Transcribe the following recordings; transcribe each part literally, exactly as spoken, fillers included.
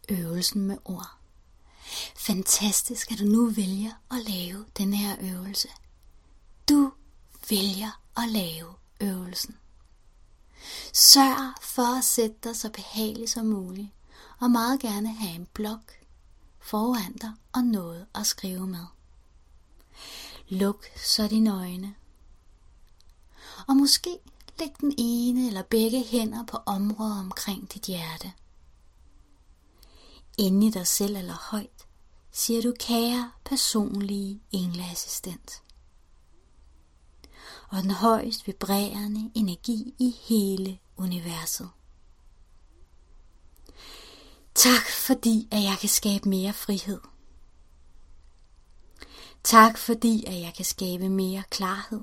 øvelsen med ord. Fantastisk, at du nu vælger at lave den her øvelse. Du vælger at lave øvelsen. Sørg for at sætte dig så behageligt som muligt, og meget gerne have en blok foran dig og noget at skrive med. Luk så dine øjne. Og måske læg den ene eller begge hænder på området omkring dit hjerte. Inde i dig selv eller højt siger du: kære personlige engleassistent. Og den højst vibrerende energi i hele universet. Tak fordi, at jeg kan skabe mere frihed. Tak fordi, at jeg kan skabe mere klarhed.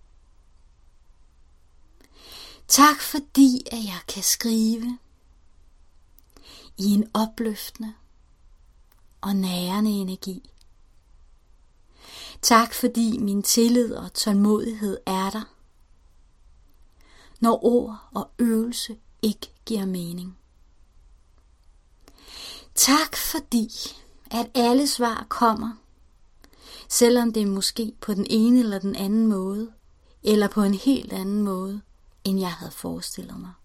Tak fordi, at jeg kan skrive i en opløftende og nærende energi. Tak fordi min tillid og tålmodighed er der, når ord og øvelse ikke giver mening. Tak fordi, at alle svar kommer, selvom det er måske på den ene eller den anden måde, eller på en helt anden måde, end jeg havde forestillet mig.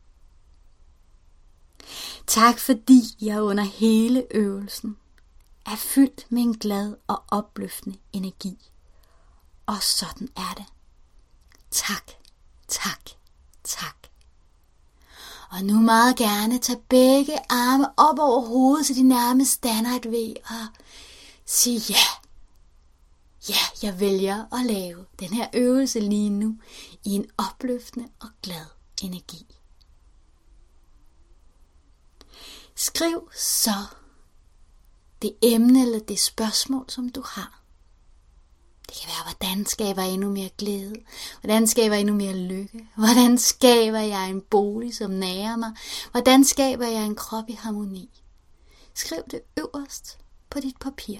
Tak fordi jeg under hele øvelsen er fyldt med en glad og opløftende energi. Og sådan er det. Tak, tak, tak. Og nu meget gerne tag begge arme op over hovedet, så de nærmest danner et V, og sig ja. Ja, jeg vælger at lave den her øvelse lige nu i en opløftende og glad energi. Skriv så det emne eller det spørgsmål, som du har. Det kan være, hvordan skaber jeg endnu mere glæde? Hvordan skaber jeg endnu mere lykke? Hvordan skaber jeg en bolig, som nærer mig? Hvordan skaber jeg en krop i harmoni? Skriv det øverst på dit papir.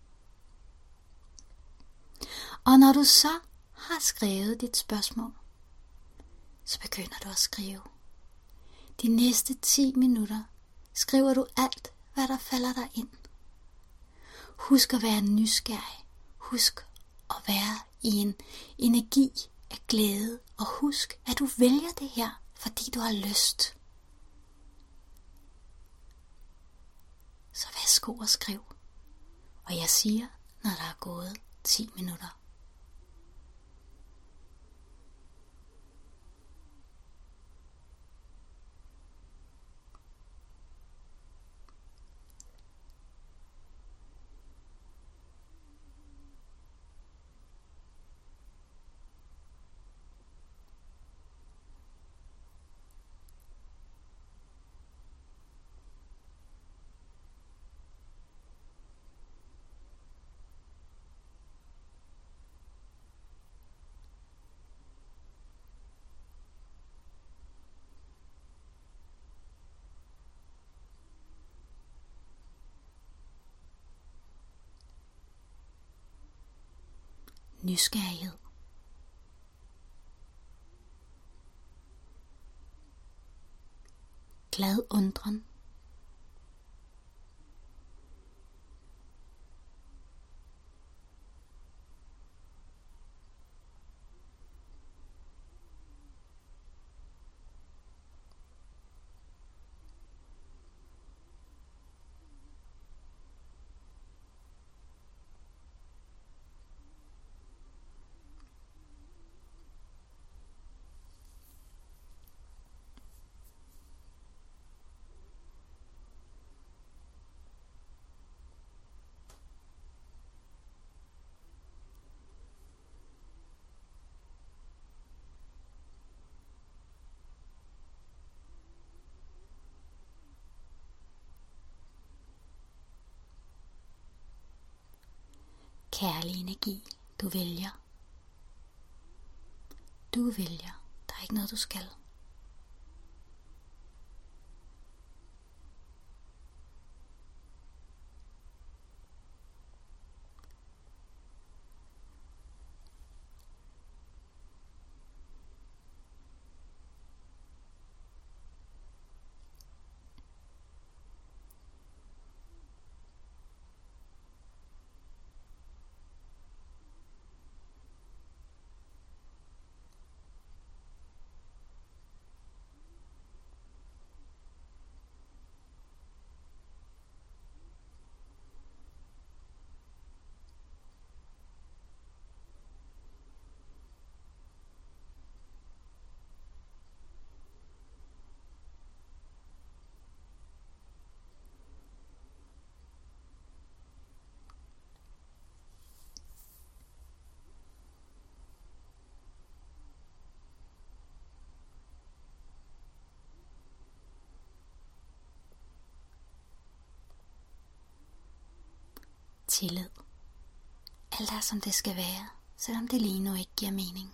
Og når du så har skrevet dit spørgsmål, så begynder du at skrive. De næste ti minutter skriver du alt, hvad der falder dig ind. Husk at være nysgerrig. Husk at være i en energi af glæde. Og husk, at du vælger det her, fordi du har lyst. Så værsgo og skriv. Og jeg siger, når der er gået ti minutter. Nysgerrighed. Glad undren. Kærlig energi, du vælger. Du vælger. Der er ikke noget, du skal. tillid. Alt er som det skal være, selvom det lige nu ikke giver mening.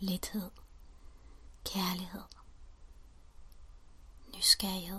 lethed, kærlighed, nysgerrighed.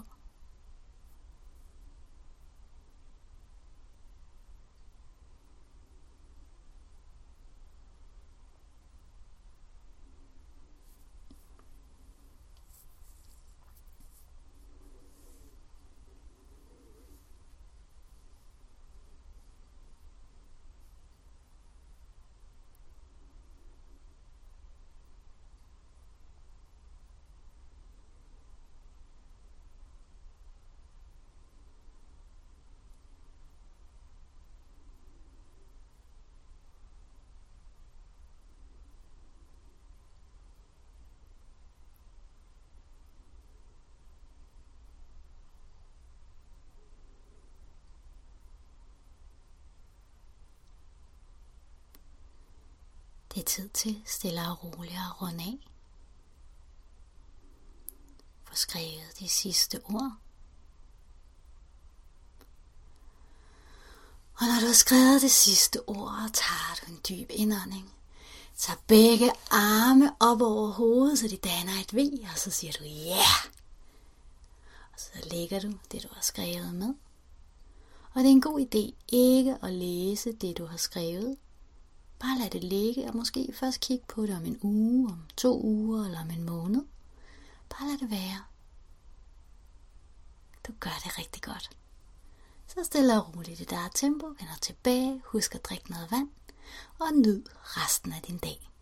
Det er tid til stille og roligt at runde af. Få skrevet de sidste ord. Og når du har skrevet det sidste ord, tager du en dyb indånding. Tag begge arme op over hovedet, så de danner et V, og så siger du ja. Yeah! Og så lægger du det, du har skrevet med. Og det er en god idé ikke at læse det, du har skrevet. Bare lad det ligge, og måske først kigge på det om en uge, om to uger eller om en måned. Bare lad det være. Du gør det rigtig godt. Så stille og roligt i dit eget tempo, vender tilbage, husk at drikke noget vand, og nyd resten af din dag.